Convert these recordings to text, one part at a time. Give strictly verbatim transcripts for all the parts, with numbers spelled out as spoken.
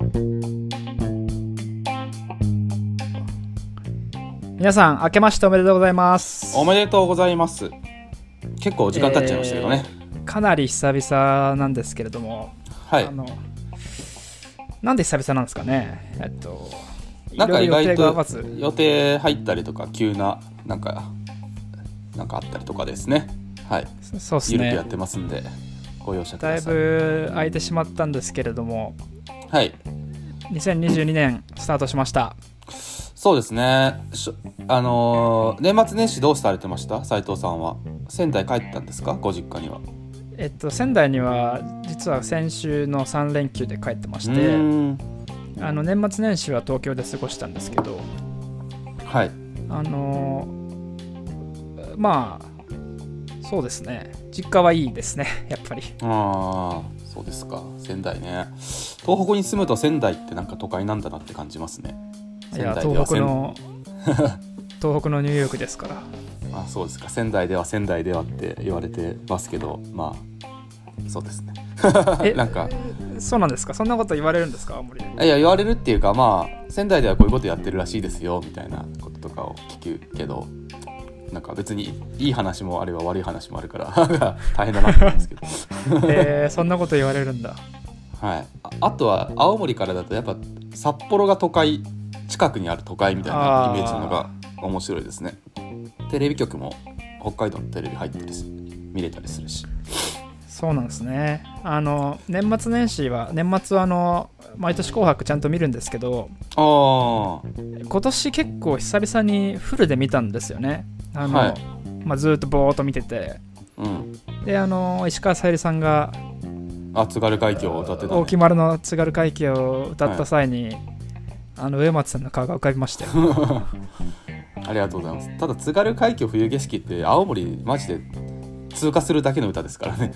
皆さん明けましておめでとうございます。 おめでとうございます。結構時間経っちゃいましたけどね、 えー、かなり久々なんですけれども、 はい、 あのなんで久々なんですかね。えっとなんか意外とまず予定入ったりとか急ななんかなんかあったりとかですね。はい、 そうですね、 ゆるくやってますんでご容赦ください。 だいぶ空いてしまったんですけれども、 はい、 にせんにじゅうにねんスタートしました。 そうですね。あのー、年末年始どうされてました斉藤さんは。仙台帰ったんですか、ご実家には。 えっと仙台には実は先週のさん連休で帰ってまして、あの年末年始は東京で過ごしたんですけど、 はい、 あのー、まあそうですね、実家はいいですねやっぱり。 ああ、そうですか。仙台ね、東北に住むと仙台ってなんか都会なんだなって感じますね。 いや、東北の東北のニューヨークですから。 あ、そうですか。仙台では仙台ではって言われてますけど、まあそうですねなんかそうなんですか。そんなこと言われるんですか、青森で。 いや、言われるっていうか、まあ仙台ではこういうことやってるらしいですよみたいなこととかを聞くけど、なんか別にいい話もあれば悪い話もあるから大変だなと思うんですけどえー、そんなこと言われるんだ。 はい、あ, あとは青森からだとやっぱ札幌が都会、近くにある都会みたいなイメージのが面白いですね。テレビ局も北海道のテレビ入ったりする、見れたりするし。 そうなんですね。あの年末年始は年末はあの毎年紅白ちゃんと見るんですけど、 あ今年結構久々にフルで見たんですよね。あの、 はい、 まあ、ずっとぼーっと見てて、 うん、 であの石川さゆりさんがあ津軽海峡を歌ってた、ね、 大木丸の津軽海峡を歌った際に、はい、あの上松さんの顔が浮かびましたよありがとうございます。ただ津軽海峡冬景色って青森マジで通過するだけの歌ですからね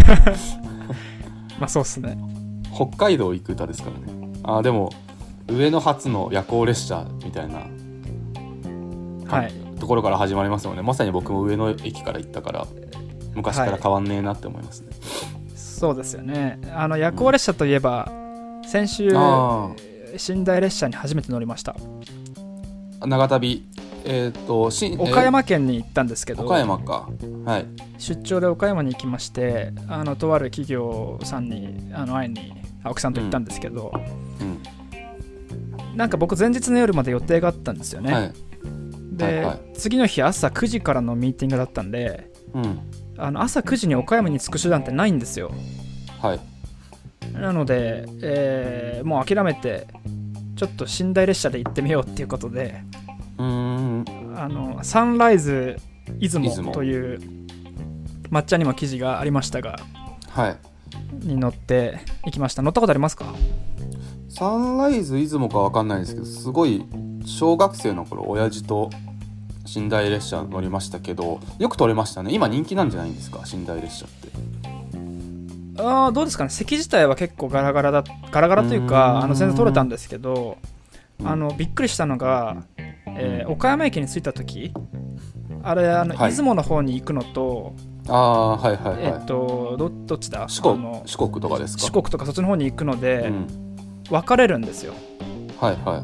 まあそうっすね。 北海道行く歌ですからね。あ、でも上野発の夜行列車みたいな、はい、ところから始まりますよね。まさに僕も上野駅から行ったから昔から変わんねえなって思いますね、はい、 そうですよね。あの夜行列車といえば、うん、先週寝台列車に初めて乗りました。 長旅、えー、とし岡山県に行ったんですけど、 岡山か、はい、 出張で岡山に行きまして、あのとある企業さんにあの会いに青木さんと行ったんですけど、うんうん、なんか僕前日の夜まで予定があったんですよね、はい、で、はいはい、次の日朝くじからのミーティングだったんで、うん、あの朝くじに岡山に着く手段ってないんですよ、はい、なので、えー、もう諦めてちょっと寝台列車で行ってみようっていうことで、うーん、あのサンライズ出雲という抹茶にも記事がありましたが、はい、に乗って行きました。乗ったことありますか？ サンライズ出雲か分かんないんですけど、すごい小学生の頃親父と寝台列車乗りましたけど、よく撮れましたね。今人気なんじゃないんですか、寝台列車って。 あ、どうですかね。席自体は結構ガラガラだガラガラというか、あの全然撮れたんですけど、あのびっくりしたのが、えー、岡山駅に着いた時、あれあの、はい、出雲の方に行くのと、 あ、はいはいはい、 えー、と ど, どっちだ四 国, 四国とかですか。 四国とかそっちの方に行くので、うん、分かれるんですよ、はいはい、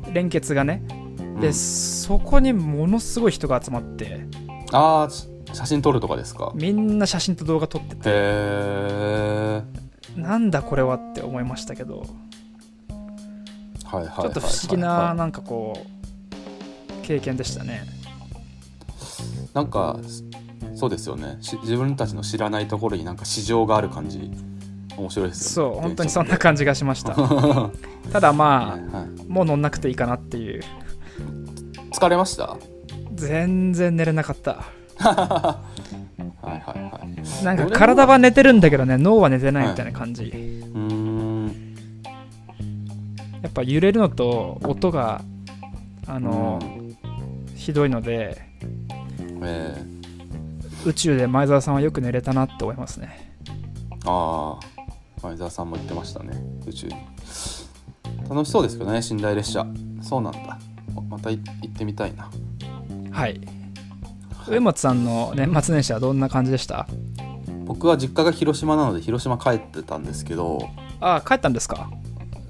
連結がね。で、うん、そこにものすごい人が集まって、 あ、写真撮るとかですか。 みんな写真と動画撮ってて、へー、なんだこれはって思いましたけど、はいはいはいはいはい、ちょっと不思議ななんかこう経験でしたね。 なんかそうですよね。自分たちの知らないところになんか市場がある感じ、面白いですよね。 そう、本当にそんな感じがしましたただまあ、はいはい、もう乗んなくていいかなっていう。 疲れました？ 全然寝れなかったはいはいはい。 なんか体は寝てるんだけどね、脳は寝てないみたいな感じ、はい、うーん、やっぱ揺れるのと音があの、うん、ひどいので、えー、宇宙で前澤さんはよく寝れたなって思いますね。 ああ、前澤さんも言ってましたね、宇宙に。楽しそうですけどね、寝台列車。そうなんだ、また行ってみたいな。 はい、上松さんの年末年始はどんな感じでした？ 僕は実家が広島なので広島帰ってたんですけど。 ああ、帰ったんですか。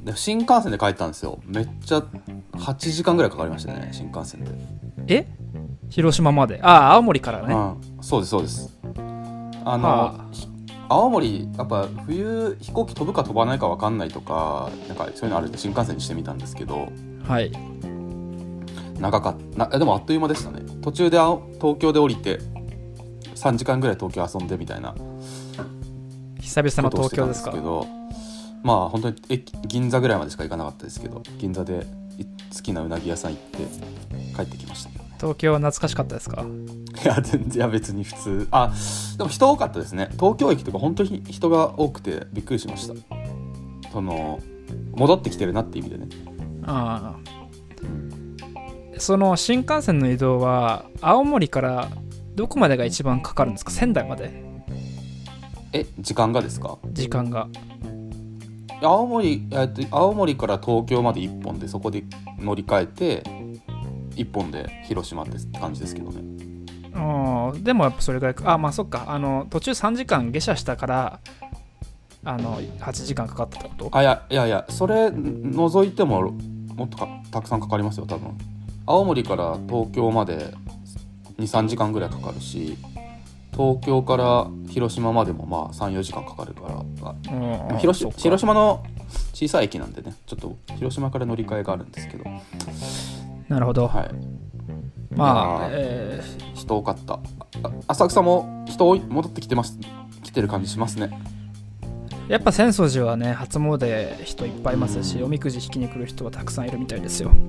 で新幹線で帰ったんですよ。めっちゃはちじかんぐらいかかりましたね、新幹線で。 え広島まで？ああ、青森からね。 うん、そうですそうです。あの、はあ、青森やっぱ冬飛行機飛ぶか飛ばないか分かんないとか、なんかそういうのあるんで新幹線にしてみたんですけど、 はい、 長かったな。でもあっという間でしたね。途中で東京で降りてさんじかんぐらい東京遊んでみたいな。 久々の東京ですか？ けど、まあ本当に駅銀座ぐらいまでしか行かなかったですけど、銀座で好きなうなぎ屋さん行って帰ってきましたけどね。 東京は懐かしかったですか？ いや全然、いや別に普通。あ、でも人多かったですね。東京駅とか本当に人が多くてびっくりしました。その戻ってきてるなっていう意味でね。 ああ、その新幹線の移動は青森からどこまでが一番かかるんですか？仙台まで？ え、時間がですか？ 時間が青森、えっと、青森から東京までいっぽんで、そこで乗り換えていっぽんで広島って感じですけどね。 あ、でもやっぱそれぐらいか。あ、まあそっか、あの途中さんじかん下車したからあのはちじかんかかったってこと？ あ、いやいやいや、それ除いてももっとかたくさんかかりますよ多分。青森から東京まで に,さん 時間ぐらいかかるし、東京から広島までもまあ さん,よ 時間かかるから、うん、広, 広島の小さい駅なんでね、ちょっと広島から乗り換えがあるんですけど。 なるほど、 はい、 まあ、えー、人多かった。浅草も人戻ってきてます来てる感じしますね。 やっぱ浅草寺はね、初詣人いっぱいいますし、おみくじ引きに来る人はたくさんいるみたいですよ。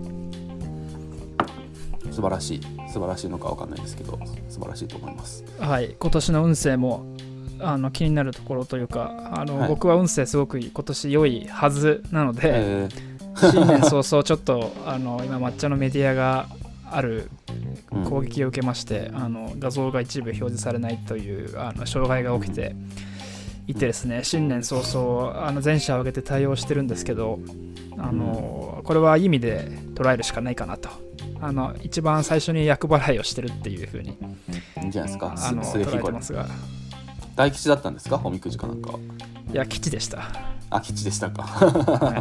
素晴らしい素晴らしいのか分かんないですけど、素晴らしいと思います。 はい、今年の運勢もあの気になるところというか、あの、はい、僕は運勢すごく今年良いはずなので、えー、新年早々ちょっとあの今抹茶のメディアがある攻撃を受けまして、うん、あの画像が一部表示されないというあの障害が起きていてですね、新年早々あの全社を挙げて対応してるんですけど、あのこれはいい意味で捉えるしかないかなと。あの一番最初に厄払いをしてるっていう風にいいんじゃないですか。 あの捉えてますが、 大吉だったんですか、おみくじかなんか？ いや、吉でした。 あ、吉でしたか、 はい、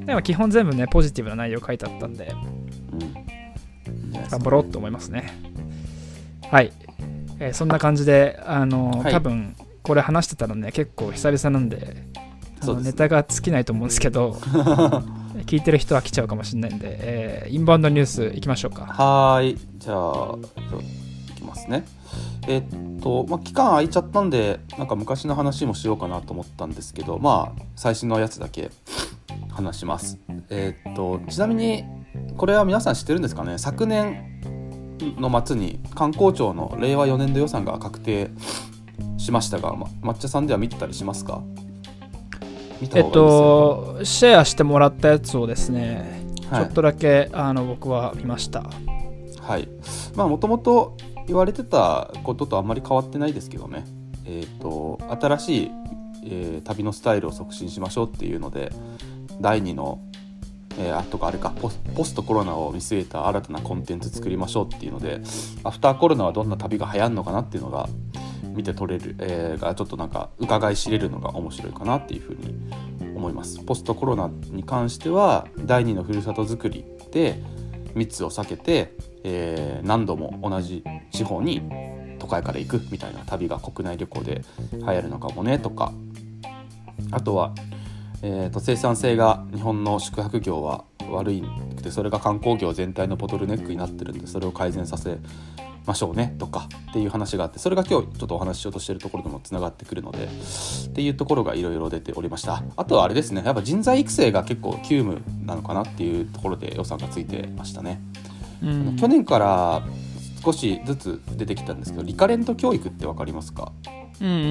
でも基本全部ねポジティブな内容書いてあったんで、うん、頑張ろうと思いますね。はい、えー、そんな感じであの、はい、多分これ話してたらね結構久々なんで、あのネタが尽きないと思うんですけど聞いてる人は来ちゃうかもしれないんで、えー、インバウンドニュースいきましょうか。 はい、じゃあいきますね。えーっとまあ、期間空いちゃったんでなんか昔の話もしようかなと思ったんですけど、まあ最新のやつだけ話します。えーっとちなみにこれは皆さん知ってるんですかね。昨年の末に観光庁のれいわよねんど予算が確定しましたが、ま、抹茶さんでは見てたりしますか？ えっと、シェアしてもらったやつをですね、はい、ちょっとだけあの僕は見ました。 はい、まあもともと言われてたこととあんまり変わってないですけどね。えーと、新しい、えー、旅のスタイルを促進しましょうっていうので、だいにの、えー、あとかあれかポス、ポストコロナを見据えた新たなコンテンツ作りましょうっていうので、アフターコロナはどんな旅が流行るのかなっていうのが見て取れる、えー、がちょっとなんか伺い知れるのが面白いかなっていうふうに思います。ポストコロナに関してはだいにのふるさとづくりで密を避けて、えー、何度も同じ地方に都会から行くみたいな旅が国内旅行で流行るのかもねとか、あとは、えー、と生産性が日本の宿泊業は悪いくて、それが観光業全体のボトルネックになってるんで、それを改善させましょうねとかっていう話があって、それが今日ちょっとお話ししようとしているところともつながってくるのでっていうところがいろいろ出ておりました。あとはあれですね、やっぱ人材育成が結構急務なのかなっていうところで予算がついてましたね。うん、去年から少しずつ出てきたんですけど、リカレント教育って分かりますか？ うんうんうんうん。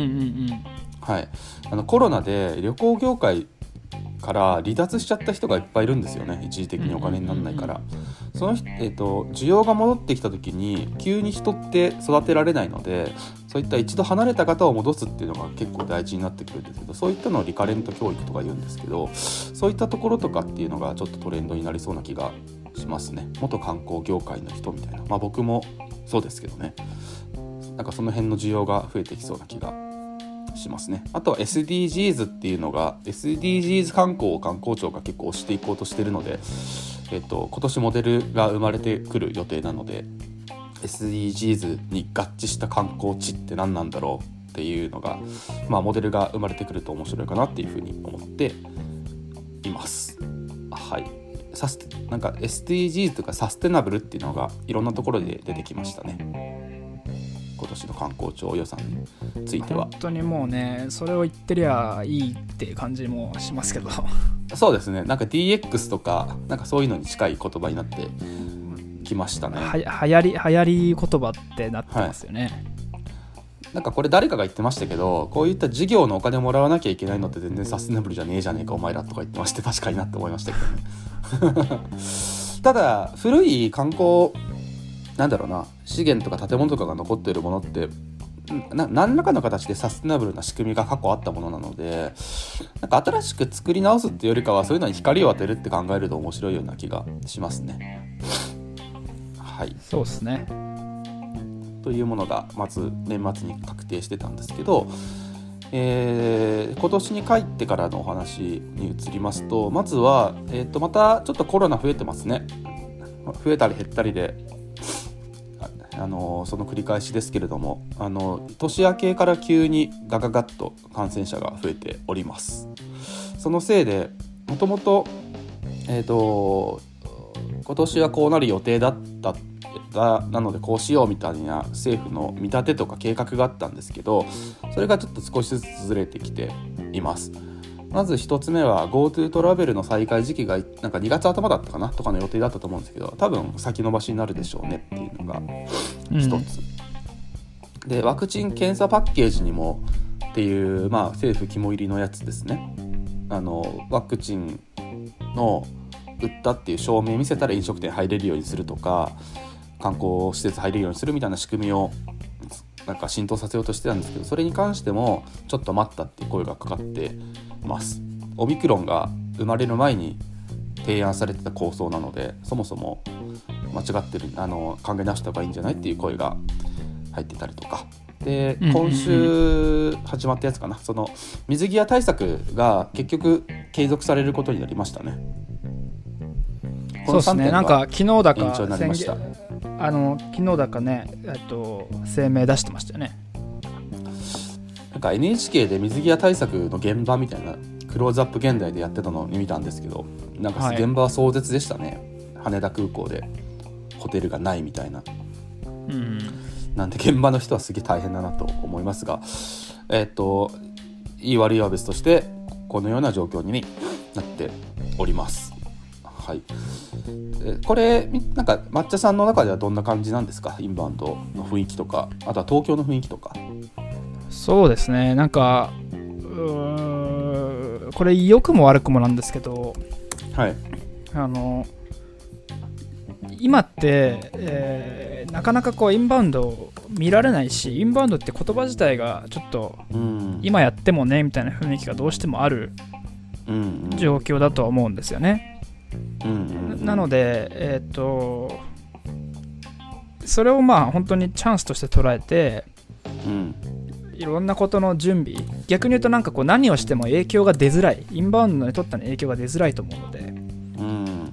はい、あのコロナで旅行業界から離脱しちゃった人がいっぱいいるんですよね。一時的にお金にならないから、その、えーと、需要が戻ってきた時に急に人って育てられないので、そういった一度離れた方を戻すっていうのが結構大事になってくるんですけど、そういったのをリカレント教育とか言うんですけど、そういったところとかっていうのがちょっとトレンドになりそうな気がしますね。元観光業界の人みたいな、まあ僕もそうですけどね、なんかその辺の需要が増えてきそうな気がしますね。あとは エスディージーズ っていうのが エスディージーズ 観光を観光庁が結構推していこうとしているので、えっと、今年モデルが生まれてくる予定なので エスディージーズ に合致した観光地って何なんだろうっていうのが、まあ、モデルが生まれてくると面白いかなっていうふうに思っています。はい、サステなんか エスディージーズ とかサステナブルっていうのがいろんなところで出てきましたね、今年の観光庁予算については。 本当にもうね、それを言ってりゃいいっていう感じもしますけどそうですね、なんか ディーエックス とかなんかそういうのに近い言葉になってきましたね。 ははやり、はやり言葉ってなってますよね、はい。 なんかこれ誰かが言ってましたけど、こういった事業のお金もらわなきゃいけないのって全然サステナブルじゃねえじゃねえかお前らとか言ってまして、確かになって思いましたけどねただ古い観光なんだろうな資源とか建物とかが残っているものってな何らかの形でサステナブルな仕組みが過去あったものなので、なんか新しく作り直すっていうよりかはそういうのに光を当てるって考えると面白いような気がしますね。はい、 そうですね。 というものがまず年末に確定してたんですけど、えー、今年に帰ってからのお話に移りますと、まずは、えー、とまたちょっとコロナ増えてますね。増えたり減ったりで、あのその繰り返しですけれども、あの年明けから急にガガガッと感染者が増えております。そのせいでもともとえっと今年はこうなる予定だったなのでこうしようみたいな政府の見立てとか計画があったんですけど、それがちょっと少しずつずれてきています。まず一つ目は GoTo トラベルの再開時期がなんかにがつ頭だったかなとかの予定だったと思うんですけど、多分先延ばしになるでしょうねっていうのが一つ、うん、でワクチン検査パッケージにもっていう、まあ、政府肝入りのやつですね。あのワクチンの打ったっていう証明見せたら飲食店入れるようにするとか観光施設入れるようにするみたいな仕組みをなんか浸透させようとしてたんですけど、それに関してもちょっと待ったっていう声がかかってます。オミクロンが生まれる前に提案されてた構想なので、そもそも間違ってる、あの考え直した方がいいんじゃないっていう声が入ってたりとかで、今週始まったやつかな、その水際対策が結局継続されることになりましたね。 そうですね、なんか昨日だか宣言あの昨日だかね、えっと、声明出してましたよね。 なんか エヌエイチケー で水際対策の現場みたいなクローズアップ現代でやってたのを見たんですけど、なんか現場は壮絶でしたね、はい、羽田空港でホテルがないみたいな、うん、なんで現場の人はすげえ大変だなと思いますが、えっといい悪いは別としてこのような状況になっております。はい、これなんか抹茶さんの中ではどんな感じなんですか、インバウンドの雰囲気とか、あとは東京の雰囲気とか。 そうですね、なんかうーこれ良くも悪くもなんですけど、 はい、 あの今って、えー、なかなかこうインバウンド見られないし、インバウンドって言葉自体がちょっと今やってもねみたいな雰囲気がどうしてもある状況だとは思うんですよね。うんうんうん、なので、えーと、それをまあ本当にチャンスとして捉えて、うん、いろんなことの準備、逆に言うとなんかこう何をしても影響が出づらい、インバウンドにとっての影響が出づらいと思うので、うん、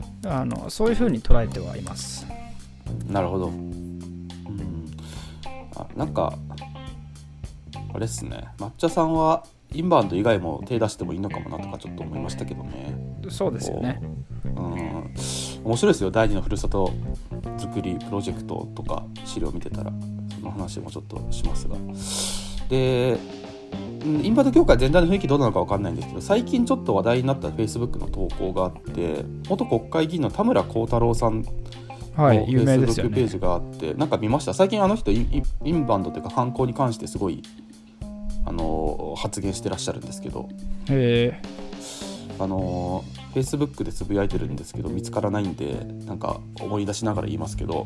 あのそういうふうに捉えてはいます。 なるほど、うん、あなんかあれですね、抹茶さんはインバウンド以外も手出してもいいのかもなとかちょっと思いましたけどね。 そうですよね、 うん、面白いですよ、第二のふるさと作りプロジェクトとか資料見てたらその話もちょっとしますが、でインバウンド業界全体の雰囲気どうなのか分かんないんですけど、最近ちょっと話題になった Facebook の投稿があって、元国会議員の田村幸太郎さんの Facebook ページがあって、なんか見ました。最近あの人インバウンドというか観光に関してすごいあの発言してらっしゃるんですけど、 へあの Facebook でつぶやいてるんですけど見つからないんで、なんか思い出しながら言いますけど、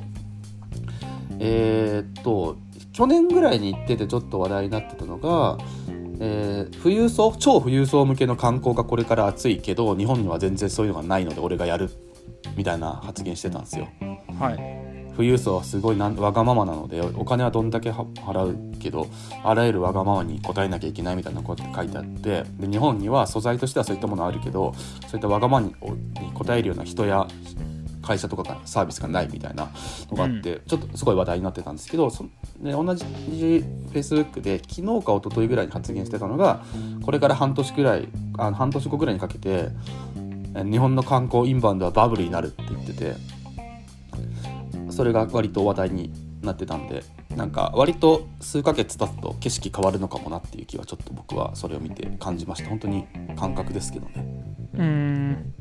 えー、っと去年ぐらいに行っててちょっと話題になってたのが、えー、富裕層超富裕層向けの観光がこれから熱いけど日本には全然そういうのがないので俺がやるみたいな発言してたんですよ。 はい富裕層はすごいなんわがままなのでお金はどんだけ払うけどあらゆるわがままに応えなきゃいけないみたいなことって書いてあって、で日本には素材としてはそういったものあるけどそういったわがままに応えるような人や会社とかがサービスがないみたいなのがあって、うん、ちょっとすごい話題になってたんですけど、そで同じ Facebook で昨日か一昨日ぐらいに発言してたのが、これから半年くらいあの半年後ぐらいにかけて日本の観光インバウンドはバブルになるって言ってて、それが割と話題になってたんで、なんか割と数ヶ月経つと景色変わるのかもなっていう気はちょっと僕はそれを見て感じました。本当に感覚ですけどね。 うーん、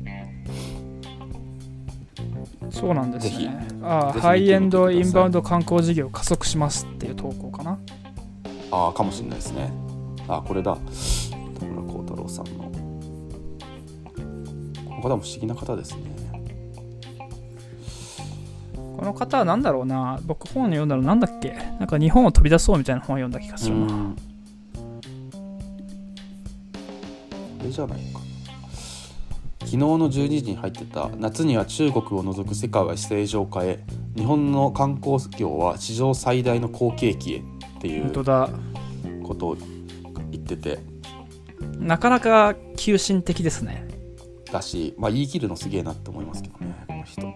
そうなんですね。ああ、ハイエンドインバウンド観光事業加速しますっていう投稿かな。 ああ、かもしれないですね。ああ、これだ、田村幸太郎さんのこの方も不思議な方ですね。 この方は何だろうな、僕本読んだのなんだっけ、なんか日本を飛び出そうみたいな本を読んだ気がするな。これじゃないか。昨日のじゅうにじに入ってた夏には中国を除く世界は正常化へ、日本の観光業は史上最大の好景気へっていうことを言ってて、 なかなか急進的ですね。 だし、まあ、言い切るのすげえなって思いますけどね、この人。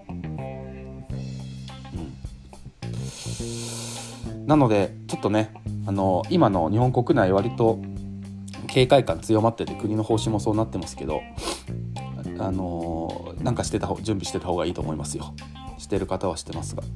うん、なのでちょっとね、あの今の日本国内割と警戒感強まってて、国の方針もそうなってますけど、あのー、なんかしてた準備してた方がいいと思いますよ。してる方はしてますが、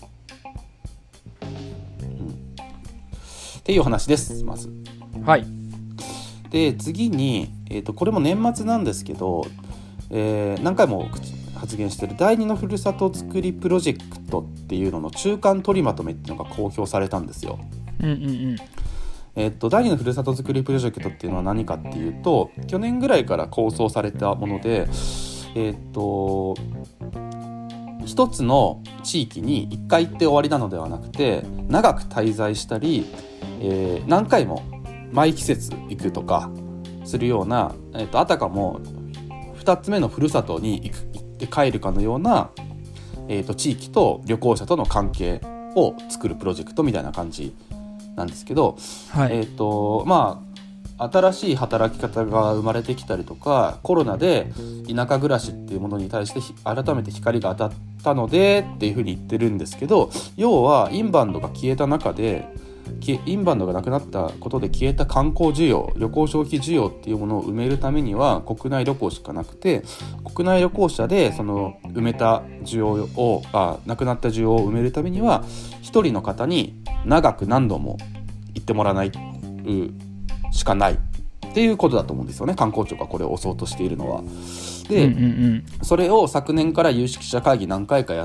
うん、っていう話です。まず、 はい。 で次に、えーと、これも年末なんですけど、えー、何回も発言してる第二のふるさとづくりプロジェクトっていうのの中間取りまとめっていうのが公表されたんですよ。 うんうんうん。 えー、と第二のふるさとづくりプロジェクトっていうのは何かっていうと、去年ぐらいから構想されたもので、えー、と一つの地域に一回行って終わりなのではなくて、長く滞在したり、えー、何回も毎季節行くとかするような、えー、とあたかもふたつめのふるさとに行く行って帰るかのような、えー、と地域と旅行者との関係を作るプロジェクトみたいな感じなんですけど、 はい、 えーとまあ、新しい働き方が生まれてきたりとか、コロナで田舎暮らしっていうものに対して改めて光が当たったのでっていうふうに言ってるんですけど、要はインバウンドが消えた中で、インバウンドがなくなったことで消えた観光需要、旅行消費需要っていうものを埋めるためには国内旅行しかなくて、国内旅行者でその埋めた需要をあなくなった需要を埋めるためには、一人の方に長く何度も行ってもらわないしかないっていうことだと思うんですよね。観光庁がこれを押そうとしているのは。で、うんうんうん、それを昨年から有識者会議何回かやって、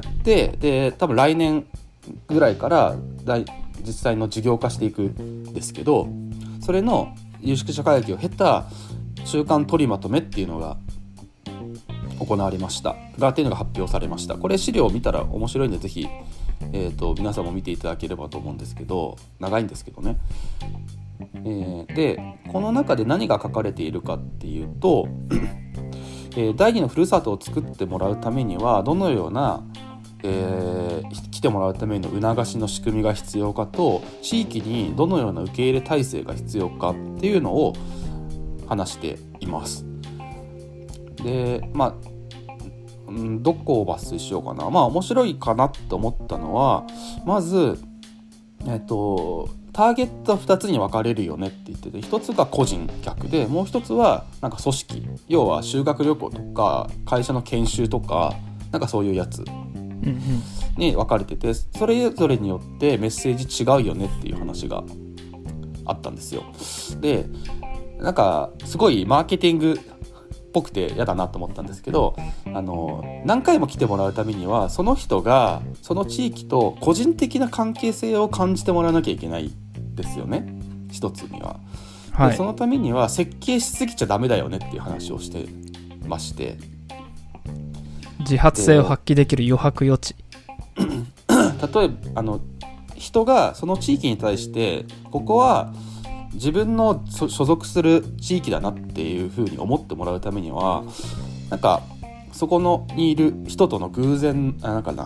で多分来年ぐらいから実際の事業化していくんですけど、それの有識者会議を経た中間取りまとめっていうのが行われましたがっていうのが発表されました。これ資料を見たら面白いんでぜひ、えー、と皆さんも見ていただければと思うんですけど、長いんですけどね、えー、でこの中で何が書かれているかっていうと、えー、第二のふるさとを作ってもらうためにはどのような、えー、来てもらうための促しの仕組みが必要かと、地域にどのような受け入れ体制が必要かっていうのを話しています。で、まあ、うん、どこを抜粋しようかな。まあ面白いかなと思ったのは、まず、えっと、ターゲットはふたつに分かれるよねって言ってて、ひとつが個人客で、もうひとつはなんか組織、要は修学旅行とか会社の研修とかなんかそういうやつに分かれてて、それぞれによってメッセージ違うよねっていう話があったんですよ。で、なんかすごいマーケティングっぽくて嫌だなと思ったんですけど、あの何回も来てもらうためにはその人がその地域と個人的な関係性を感じてもらわなきゃいけないですよね、一つには。 はい、 でそのためには設計しすぎちゃダメだよねっていう話をしてまして、 自発性を発揮できる余白余地例えばあの人がその地域に対してここは自分の所属する地域だなっていう風に思ってもらうためには、なんかそこのにいる人との偶然あなんかな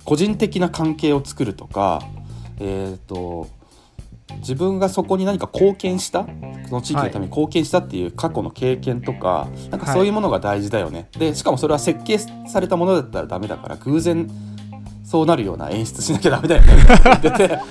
個人的な関係を作るとか、えーと自分がそこに何か貢献した、その地域のために貢献したっていう過去の経験とか、はい、なんかそういうものが大事だよね、はい、でしかもそれは設計されたものだったらダメだから偶然そうなるような演出しなきゃダメだよねって言っててはい、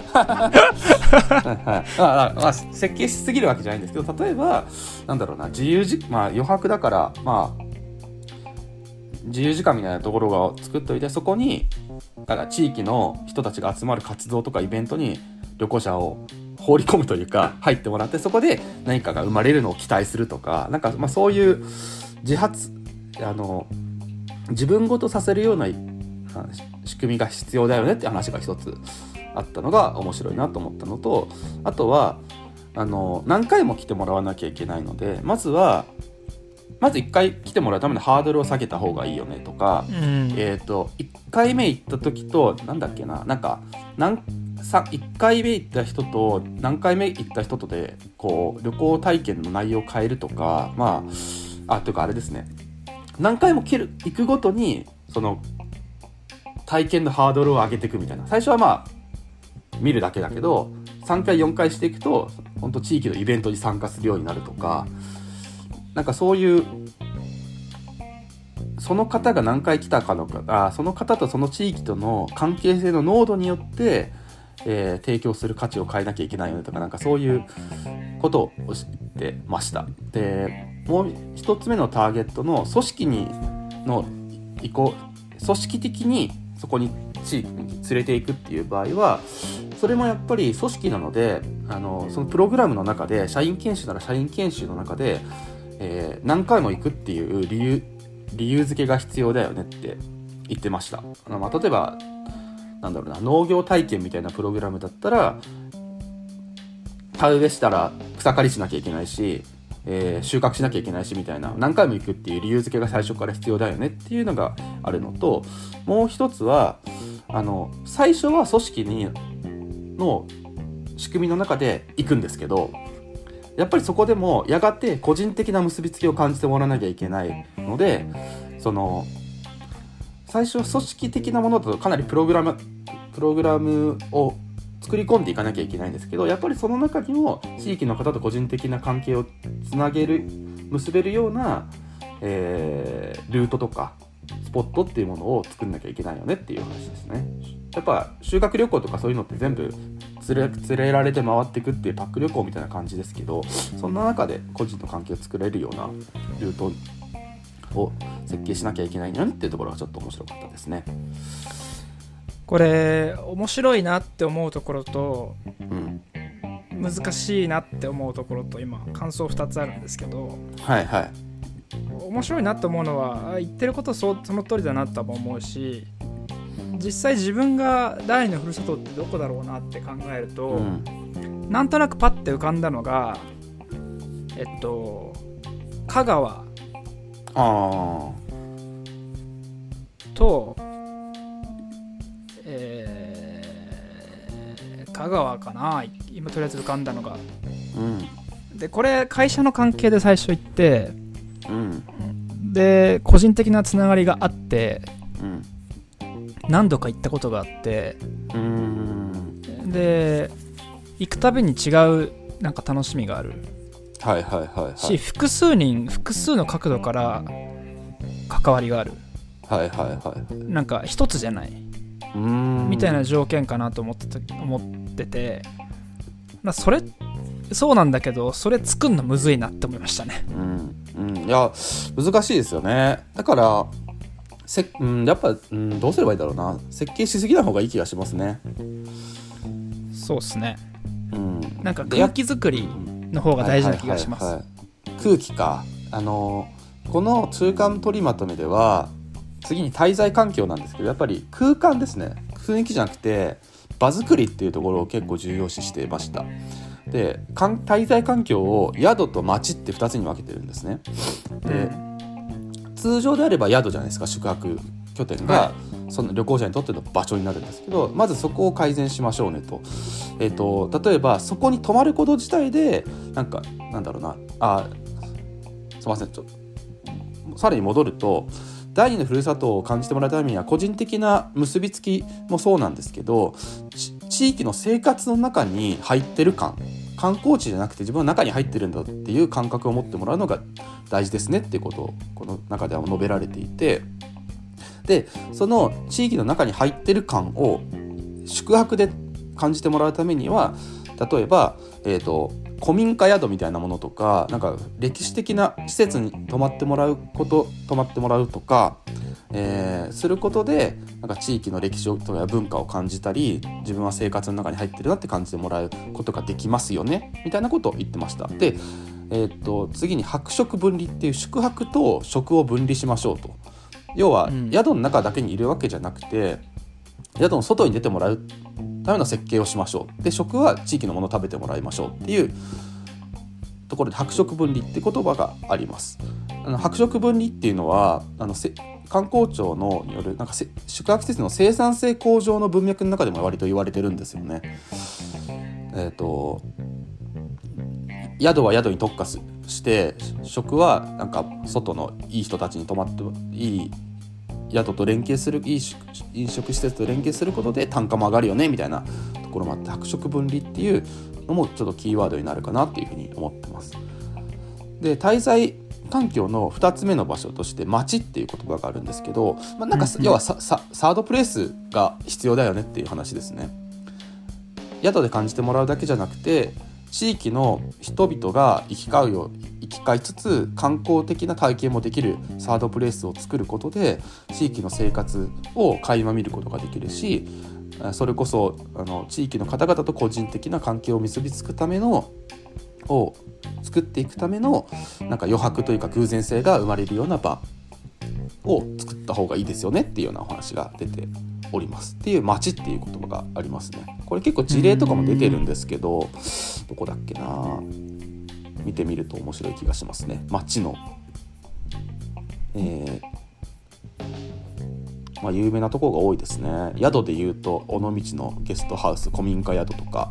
はいまあまあ、設計しすぎるわけじゃないんですけど、例えばなんだろうな、自由時、まあ、余白だからまあ自由時間みたいなところを作っておいて、そこにだから地域の人たちが集まる活動とかイベントに旅行者を放り込むというか入ってもらって、そこで何かが生まれるのを期待するとか、なんかまあそういう自発あの自分ごとさせるような仕組みが必要だよねって話が一つあったのが面白いなと思ったのと、あとはあの何回も来てもらわなきゃいけないので、まずはまずいっかい来てもらうためのハードルを下げた方がいいよねとか、うん、えーといっかいめ行った時となんだっけな、なんかなんさいっかいめ行った人と何回目行った人とでこう旅行体験の内容を変えるとか、まああというかあれですね、何回も来る行くごとにその体験のハードルを上げていくみたいな。最初はまあ見るだけだけどさんかいよんかいしていくと本当地域のイベントに参加するようになるとか、なんかそういうその方が何回来たかのか、あその方とその地域との関係性の濃度によってえー、提供する価値を変えなきゃいけないよねとか、なんかそういうことを知ってました。でもう一つ目のターゲットの組織にの移行、組織的にそこに地域に連れていくっていう場合は、それもやっぱり組織なので、あのそのプログラムの中で社員研修なら社員研修の中で、えー、何回も行くっていう理由理由付けが必要だよねって言ってました。あの、まあ、例えばなんだろうな、農業体験みたいなプログラムだったら田植えしたら草刈りしなきゃいけないし、えー、収穫しなきゃいけないしみたいな、何回も行くっていう理由付けが最初から必要だよねっていうのがあるのと、もう一つはあの最初は組織にの仕組みの中で行くんですけど、やっぱりそこでもやがて個人的な結びつきを感じてもらわなきゃいけないので、その最初組織的なものだとかなりプログラムプログラムを作り込んでいかなきゃいけないんですけど、やっぱりその中にも地域の方と個人的な関係をつなげる結べるような、えー、ルートとかスポットっていうものを作んなきゃいけないよねっていう話ですね。やっぱ修学旅行とかそういうのって全部連れ、連れられて回っていくっていうパック旅行みたいな感じですけど、そんな中で個人の関係を作れるようなルートを設計しなきゃいけないよねっていうところがちょっと面白かったですね。 これ面白いなって思うところと、 うん、 難しいなって思うところと今感想ふたつあるんですけど、 はいはい、 面白いなって思うのは言ってることそその通りだなとも思うし、実際自分が第二のふるさとってどこだろうなって考えると、うん、なんとなくパッて浮かんだのがえっと香川あと、えー、香川かな今とりあえず浮かんだのが、 うん、 でこれ会社の関係で最初行って、 うん、 で個人的なつながりがあって、 うん、 何度か行ったことがあって、 うん、 で行くたびに違うなんか楽しみがある、 はいはいはいはい、 し複数人複数の角度から関わりがある、 はいはいはい、 なんか一つじゃないうーんみたいな条件かなと思ってて、思ってて、まあ、それそうなんだけどそれ作るのむずいなって思いましたね。 うん、うん、いや難しいですよね。だからせ、うん、やっぱ、うん、どうすればいいだろうな、設計しすぎない方がいい気がしますね。 そうっすね、 うん、 なんか空気作りの方が大事な気がします。 はいはいはいはい、空気か。あのこの中間取りまとめでは次に滞在環境なんですけど、やっぱり空間ですね。雰囲気じゃなくて場作りっていうところを結構重要視していました。で滞在環境を宿と町ってふたつに分けてるんですね。で通常であれば宿じゃないですか、宿泊拠点が、はい、その旅行者にとっての場所になるんですけど、まずそこを改善しましょうねと。えーと、例えばそこに泊まること自体でなんかなんだろうなあすいませんちょっとさらに戻ると、 第二のふるさとを感じてもらうためには個人的な結びつきもそうなんですけど、地域の生活の中に入ってる感、観光地じゃなくて自分の中に入ってるんだっていう感覚を持ってもらうのが大事ですねっていうことをこの中では述べられていて、でその地域の中に入ってる感を宿泊で感じてもらうためには、例えば、えーと、古民家宿みたいなものとか、なんか歴史的な施設に泊まってもらうこと泊まってもらうとか、えー、することでなんか地域の歴史とか文化を感じたり、自分は生活の中に入ってるなって感じてもらうことができますよねみたいなことを言ってました。で、えーと、次に泊食分離っていう、宿泊と食を分離しましょうと。要は、うん、宿の中だけにいるわけじゃなくて、宿の外に出てもらうための設計をしましょう。で、食は地域のものを食べてもらいましょうっていうところで泊食分離って言葉があります。あの泊食分離っていうのはあのせ観光庁のによるなんか宿泊施設の生産性向上の文脈の中でも割と言われてるんですよね。えーと、宿は宿に特化して食はなんか外のいい人たちに泊まっていい宿と連携する、いい飲食施設と連携することで単価も上がるよねみたいなところもあって、泊食分離っていうのもちょっとキーワードになるかなっていうふうに思ってます。で、滞在環境のふたつめの場所として街っていう言葉があるんですけど、まあ、なんか要はサ、サードプレイスが必要だよねっていう話ですね。宿で感じてもらうだけじゃなくて、地域の人々が行き交うよ行き交いつつ観光的な体験もできるサードプレイスを作ることで、地域の生活を垣間見ることができるし、それこそあの地域の方々と個人的な関係を結びつくためのを作っていくためのなんか余白というか偶然性が生まれるような場を作った方がいいですよねっていうようなお話が出ておりますっていう、街っていう言葉がありますね。これ結構事例とかも出てるんですけど、どこだっけな、見てみると面白い気がしますね。街の、えーまあ、有名なところが多いですね。宿でいうと尾道のゲストハウス、古民家宿とか、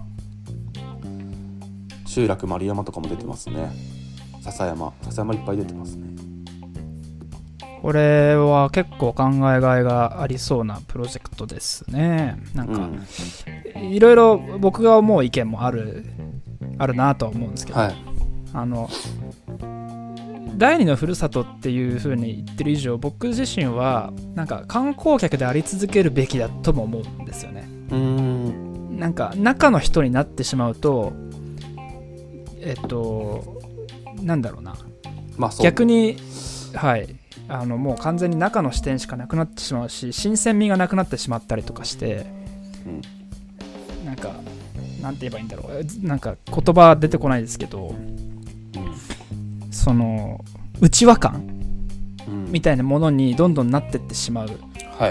集落丸山とかも出てますね。笹山笹山いっぱい出てますね。 これは結構考えがいがありそうなプロジェクトですね。なんか、うん、いろいろ僕が思う意見もあるあるなとは思うんですけど、はい、あの第二のふるさとっていう風に言ってる以上、僕自身はなんか観光客であり続けるべきだとも思うんですよね。うーん、なんか中の人になってしまうと、えっとなんだろうな、まあ、そう逆にはいあのもう完全に中の視点しかなくなってしまうし、新鮮味がなくなってしまったりとかして、うん、なんかなんて言えばいいんだろう、なんか言葉出てこないですけど、うん、その内輪感、うん、みたいなものにどんどんなってってしまう、はい、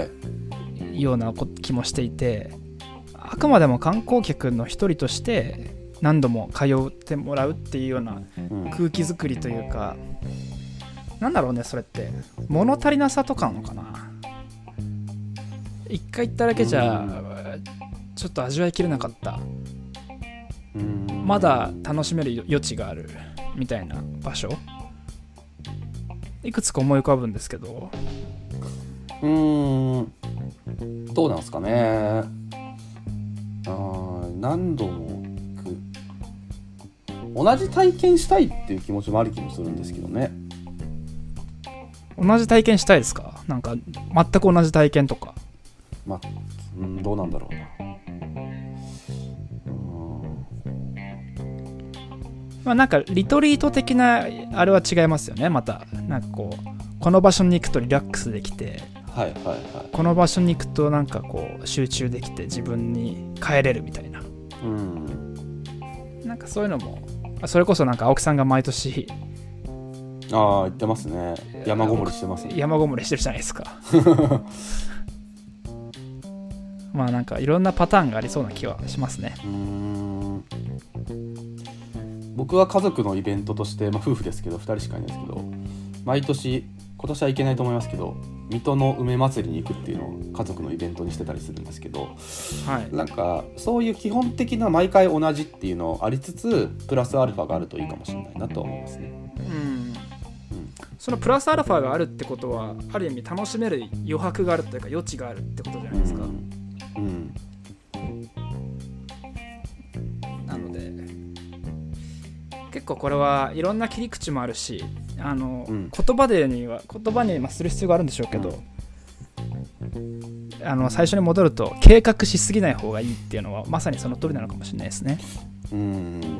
ような気もしていて、あくまでも観光客の一人として何度も通ってもらうっていうような空気づくりというか、うん、なんだろうね、それって物足りなさとかなのかな。一回行っただけじゃちょっと味わいきれなかった、うん、まだ楽しめる余地があるみたいな場所、いくつか思い浮かぶんですけど、 うーんどうなんですかね。あ、何度も同じ体験したいっていう気持ちもある気もするんですけどね。 同じ体験したいですか？なんか全く同じ体験とか、 ま、うん、どうなんだろうな。うん、 まあ、なんかリトリート的なあれは違いますよね。またなんかこうこの場所に行くとリラックスできて、はいはいはい、この場所に行くとなんかこう集中できて自分に帰れるみたいな、うん、なんかそういうのも、それこそなんか青木さんが毎年ああ言ってますね。山ごもりしてますね。 山ごもりしてるじゃないですかまあなんかいろんなパターンがありそうな気はしますね。うーん、 僕は家族のイベントとして、まあ、夫婦ですけどふたりしかいないですけど、毎年今年はいけないと思いますけど水戸の梅祭りに行くっていうのを家族のイベントにしてたりするんですけど、はい、なんかそういう基本的な毎回同じっていうのありつつプラスアルファがあるといいかもしれないなと思いますね。うん、 そのプラスアルファがあるってことはある意味楽しめる余白があるというか余地があるってことじゃないですか。うん、うん、なので結構これはいろんな切り口もあるし、あの、うん、言葉でには言葉にする必要があるんでしょうけど、うん、あの最初に戻ると計画しすぎない方がいいっていうのはまさにその通りなのかもしれないですね。 うん、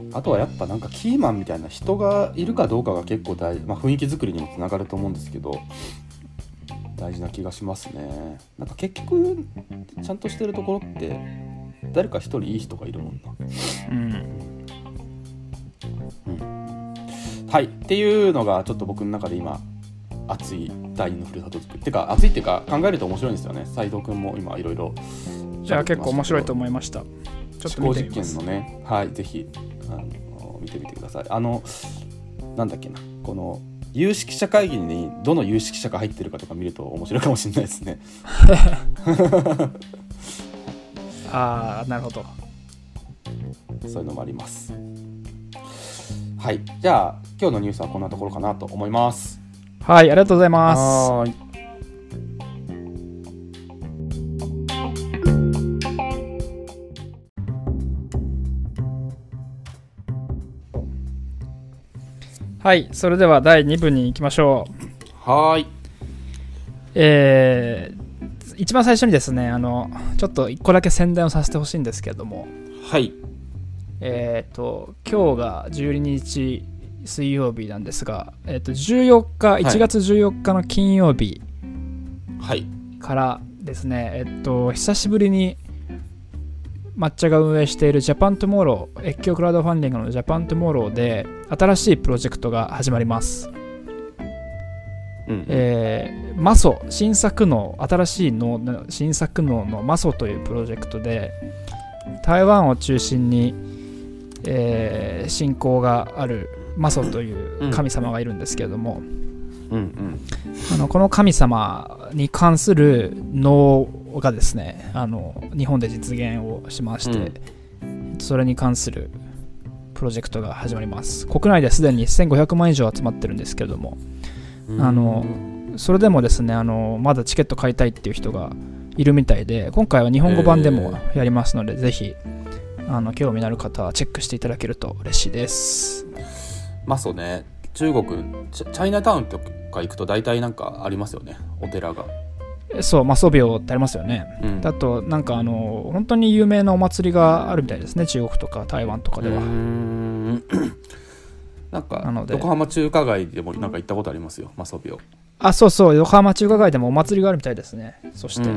あとはやっぱなんかキーマンみたいな人がいるかどうかが結構大事、まあ、雰囲気作りにもつながると思うんですけど大事な気がしますね。なんか結局ちゃんとしてるところって誰か一人いい人がいるもんな。うん、うん、はいっていうのがちょっと僕の中で今熱い第二のふるさと作りってか熱いっていうか考えると面白いんですよね。斉藤君も今いろいろじゃあ結構面白いと思いました。ちょっと見てみます。 思考実験のね、はい、ぜひあの見てみてください。あのなんだっけな、この有識者会議にどの有識者が入ってるかとか見ると面白いかもしれないですね。 ああ、なるほど。 そういうのもあります。はい、じゃあ今日のニュースはこんなところかなと思います。 はい、ありがとうございます。 はい。 はい、それではだいに部に行きましょう。はい。 えー、一番最初にですね、あのちょっといっこだけ宣伝をさせてほしいんですけれども、 はい。 えっと今日がじゅうににち水曜日なんですが、えー、とじゅうよっか、いちがつじゅうよっかの金曜日からですね、えっと久しぶりに抹茶が運営しているジャパントゥモロー、越境クラウドファンディングのジャパントゥモローで新しいプロジェクトが始まります。うん、えー、マソ新作脳、新しい脳、新作脳のマソというプロジェクトで台湾を中心に、えー、信仰があるマソという神様がいるんですけれども、うんうん、あのこの神様に関する能がですね、あの日本で実現をしまして、うん、それに関するプロジェクトが始まります。国内ですでにせんごひゃくまん以上集まってるんですけれども、うん、あのそれでもですね、あのまだチケット買いたいっていう人がいるみたいで、今回は日本語版でもやりますので、ぜひあの興味のある方はチェックしていただけると嬉しいです。 まあそうね、中国チャイナタウンとか行くと大体なんかありますよね、お寺が。 そう、マソ廟ってありますよね。うん、あとなんかあの本当に有名なお祭りがあるみたいですね、中国とか台湾とかでは。うーんなんかなので横浜中華街でもなんか行ったことありますよ、マソ廟。 あ、そうそう、横浜中華街でもお祭りがあるみたいですね。そして、うん、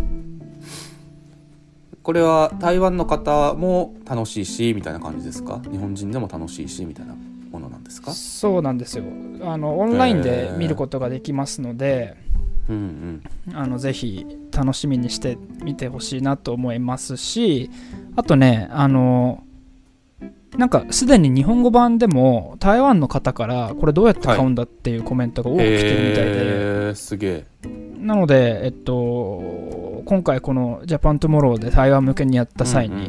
これは台湾の方も楽しいしみたいな感じですか？日本人でも楽しいしみたいなものなんですか？ そうなんですよ。あのオンラインで見ることができますので、うんうん、あのぜひ楽しみにしてみてほしいなと思いますし、あとね、あのなんかすでに日本語版でも台湾の方からこれどうやって買うんだっていうコメントが多く来てるみたいで、 はい、すげえ。 なので、えっと、今回このジャパントゥモローで台湾向けにやった際に、うんうん、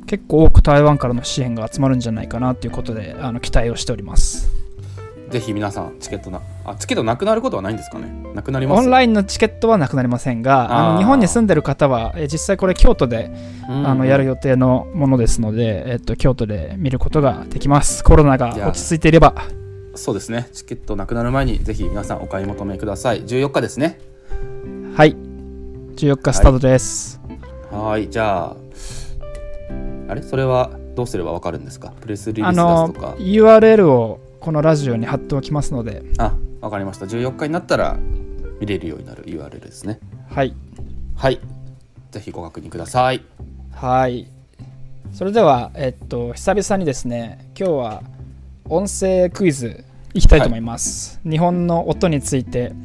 結構多く台湾からの支援が集まるんじゃないかなということで、あの期待をしております。 ぜひ皆さんチケットなあチケットなくなることはないんですかね？なくなります？ オンラインのチケットはなくなりませんが、あの日本に住んでる方はえ実際これ京都で、うんうん、あのやる予定のものですので、えっと、京都で見ることができます。コロナが落ち着いていれば。 そうですね、チケットなくなる前にぜひ皆さんお買い求めください。じゅうよっかですね。 はい、じゅうよっかスタートです。 はい、はいじゃああれそれはどうすれば分かるんですか？プレスリリース出すとか。 ユーアールエル をこのラジオに貼っておきますので。 あ、わかりました。じゅうよっかになったら見れるようになる ユーアールエル ですね。 はいはいぜひご確認ください。 はい、それでは、えっと、久々にですね、今日は音声クイズいきたいと思います、はい、日本の音について、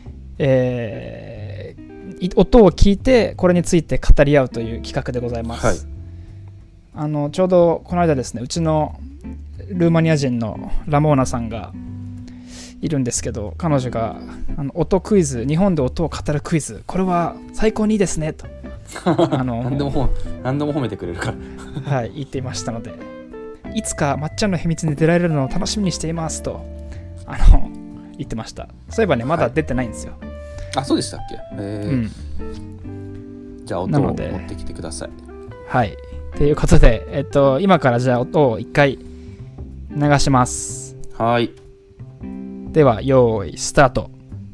えー、音を聞いてこれについて語り合うという企画でございます、はい、あのちょうどこの間ですね、うちのルーマニア人のラモーナさんがいるんですけど、彼女があの音クイズ、日本で音を語るクイズ、これは最高にいいですねとあの何でも何でも褒めてくれるから、 はい、言っていましたので、いつかまっちゃんの秘密に出られるのを楽しみにしていますとあの言ってました。そういえばねまだ出てないんですよ、はい、 あそうでしたっけ、えーうん、じゃあ音を持ってきてください。 はいということで、えっと、今からじゃあ音を一回流します。 はい。 では用意スタート。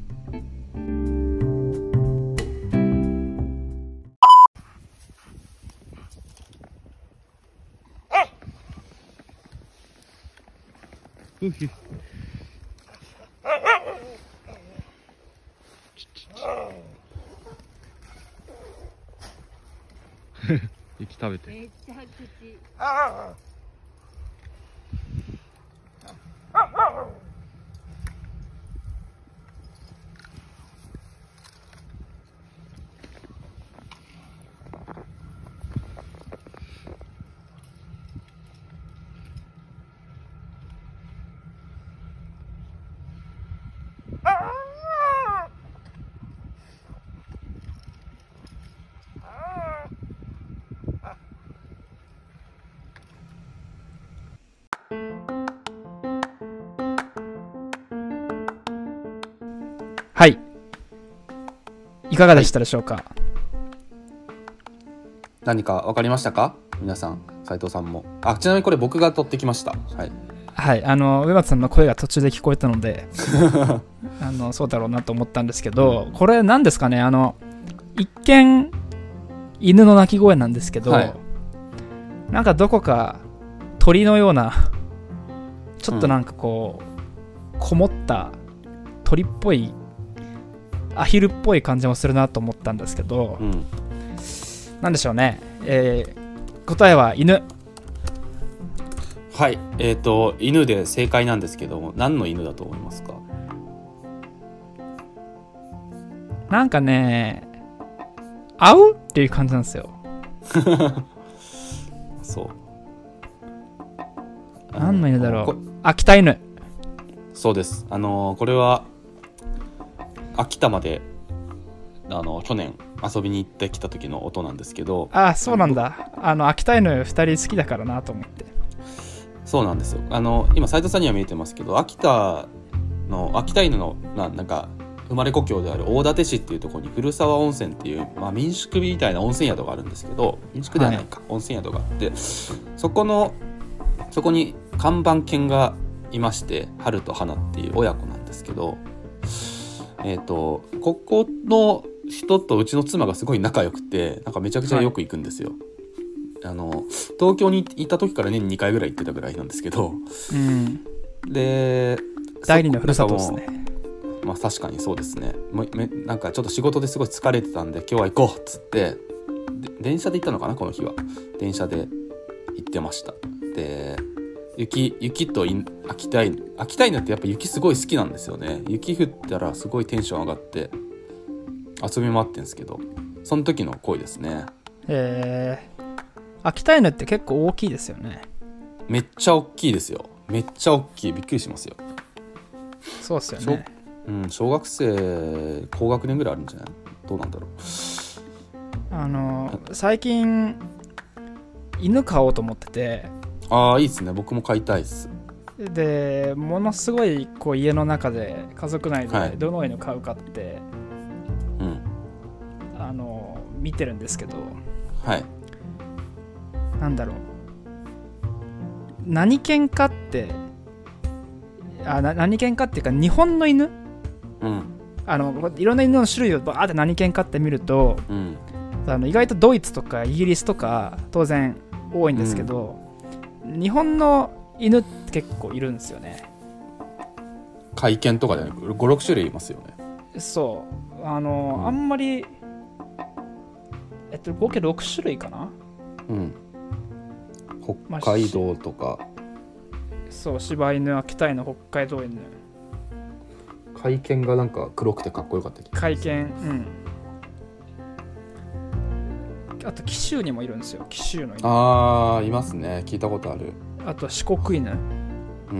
雪食べて。めっちゃ口。 はい、いかがでしたでしょうか。はい、 何か分かりましたか皆さん。斉藤さんも。あ、ちなみにこれ僕が撮ってきました。はい、 はい、あの上松さんの声が途中で聞こえたのであのそうだろうなと思ったんですけど、これ何ですかね、あの一見犬の鳴き声なんですけど、はい、なんかどこか鳥のようなちょっとなんかこう、うん、こもった鳥っぽいアヒルっぽい感じもするなと思ったんですけど、うん、なんでしょうね、えー、答えは犬。 はい、えーと犬で正解なんですけども、何の犬だと思いますか？ なんかね、合うっていう感じなんですよそう、 何の犬だろう。秋田犬。 そうです。あのー、これは秋田まであの去年遊びに行ってきた時の音なんですけど。 ああそうなんだ。あの秋田犬ふたり好きだからなと思って。 そうなんですよ。あの今斉藤さんには見えてますけど、秋田の秋田犬の な, なんか生まれ故郷である大館市っていうところに古沢温泉っていう、まあ、民宿みたいな温泉宿があるんですけど、民宿ではないか、はい、温泉宿があって、そこのそこに看板犬がいまして、春と花っていう親子なんですけど、えーと、ここの人とうちの妻がすごい仲良くて、なんかめちゃくちゃよく行くんですよ、はい、あの東京にいた時から年ににかいぐらい行ってたぐらいなんですけど、 うん、で第二のふるさとですね。 まあ確かにそうですね。めなんかちょっと仕事ですごい疲れてたんで、今日は行こうっつって電車で行ったのかな、この日は電車で行ってました。で雪, 雪と秋田犬秋田犬ってやっぱ雪すごい好きなんですよね。雪降ったらすごいテンション上がって遊び回ってんですけど、その時の声ですね。 へえ。秋田犬って結構大きいですよね。 めっちゃ大きいですよ。めっちゃ大きい。びっくりしますよ。 そうっすよね。 うん、小学生高学年ぐらいあるんじゃない？どうなんだろう。 あの最近犬飼おうと思ってて。 ああいいですね。僕も飼いたいです。 でものすごいこう家の中で家族内でどの犬飼うかって、はい、あの見てるんですけど、 はい、 なんだろう、何犬かってあな何犬かっていうか日本の犬、 うん、 あのいろんな犬の種類をバーって何犬かって見ると、うん、あの意外とドイツとかイギリスとか当然多いんですけど、うん、日本の犬って結構いるんですよね。 甲斐犬とかでごろく種類いますよね。 そうあの、うん、あんまりえっと合計ろく種類かな。 うん。北海道とか、まあ、 そう柴犬、秋田犬、北海道犬。 甲斐犬がなんか黒くてかっこよかった気がします。 甲斐犬、うん。あと紀州にもいるんですよ。紀州の犬。 ああいますね。聞いたことある。 あと四国犬。 うん。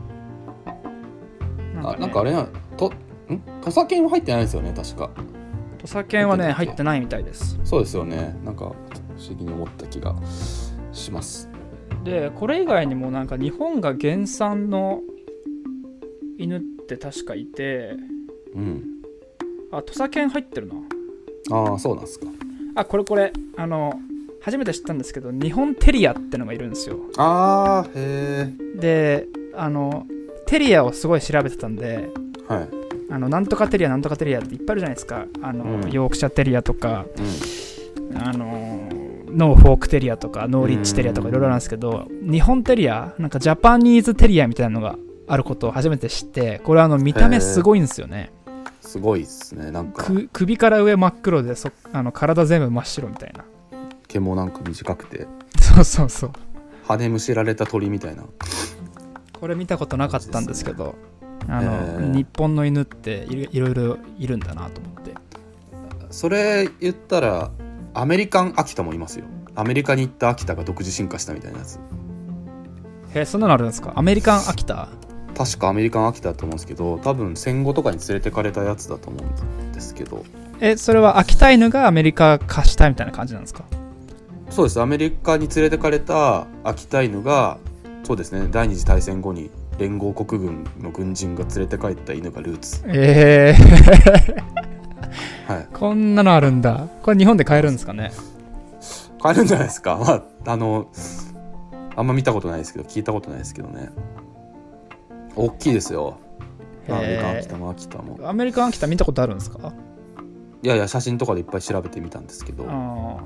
なんか、ね、あなんかあれなとん土佐犬は入ってないですよね確か。 土佐犬はね入ってないみたいです。 そうですよね。なんか不思議に思った気がします。 でこれ以外にもなんか日本が原産の犬っって確かいて、 うん、 あ土佐犬入ってるな。 ああそうなんですか。 あこれこれあの初めて知ったんですけど、日本テリアってのがいるんですよ。 ああへえ。であのテリアをすごい調べてたんで、 はい、 あのなんとかテリアなんとかテリアっていっぱいあるじゃないですか。あの、うん、ヨークシャテリアとか、うん、あのノーフォークテリアとかノーリッチテリアとかいろいろなんですけど、日本テリアなんかジャパニーズテリアみたいなのがあることを初めて知って、これはあの見た目すごいんですよね。 すごいですね。なんかく首から上真っ黒でそあの体全部真っ白みたいな。 毛もなんか短くて、 そうそうそう、 羽むしられた鳥みたいな。 これ見たことなかったんですけど、あの日本の犬っていろいろいるんだなと思って。 それ言ったらアメリカンアキタもいますよ。アメリカに行ったアキタが独自進化したみたいなやつ。 へえ、そんなのあるんですか。アメリカンアキタ。 確かアメリカンアキタだと思うんですけど、多分戦後とかに連れてかれたやつだと思うんですけど。 え、それは秋田犬がアメリカ化したみたいな感じなんですか。 そうです。アメリカに連れてかれた秋田犬が、そうですね、第二次大戦後に連合国軍の軍人が連れて帰った犬がルーツ。 えーはい、こんなのあるんだ。これ日本で買えるんですかね。 買えるんじゃないですか。まあ、あのあんま見たことないですけど、聞いたことないですけどね。大きいですよ。アメリカン秋田も秋田も。 アメリカン秋田見たことあるんですか。 いやいや、写真とかでいっぱい調べてみたんですけど。 あ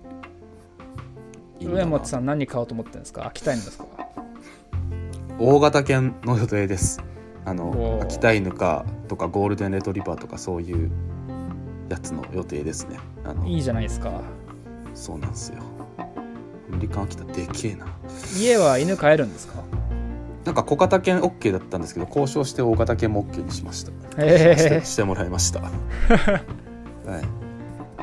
上本さん何買おうと思ってるんですか。秋田犬ですか。 大型犬の予定です。あの秋田犬かとかゴールデンレトリバーとかそういうやつの予定ですね。あのいいじゃないですか。 そうなんですよ。アメリカン秋田でけえな。 家は犬飼えるんですか。 なんか小型犬 OK だったんですけど、交渉して大型犬も OK にしました。 へーして、してもらいました。はい。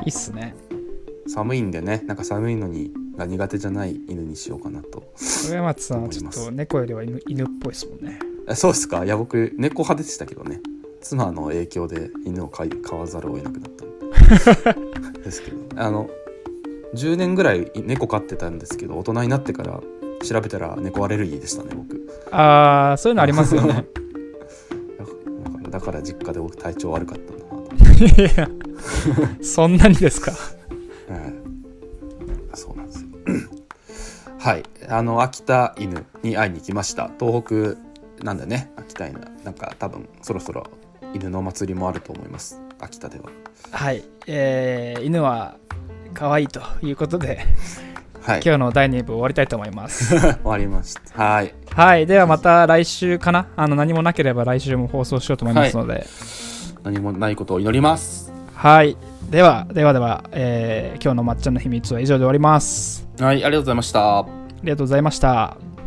いいっすね。 寒いんでね、なんか寒いのにが苦手じゃない犬にしようかなと。 上松さんはちょっと猫よりは 犬, 犬っぽいですもんね。 そうですか。いや僕猫派でしたけどね。妻の影響で犬を飼い飼わざるを得なくなったんでですけど、あのじゅうねんぐらい猫飼ってたんですけど、大人になってから調べたら猫アレルギーでしたね僕。 ああ、そういうのありますよね。 だから実家で僕体調悪かったんだなと。 いやそんなにですか。 えー、そうなんですよ。はい、あの秋田犬に会いに来ました。東北なんだね、秋田犬。なんか多分そろそろ犬の祭りもあると思います、秋田では。 はい、えー、犬は可愛いということで、 はい、 今日のだいに部終わりたいと思います。 終わりました。はい、 はい、ではまた来週かな。あの何もなければ来週も放送しようと思いますので、はい、 何もないことを祈ります。 はい、ではではでは、えー、今日のまっちゃんの秘密は以上で終わります。 はい、ありがとうございました。 ありがとうございました。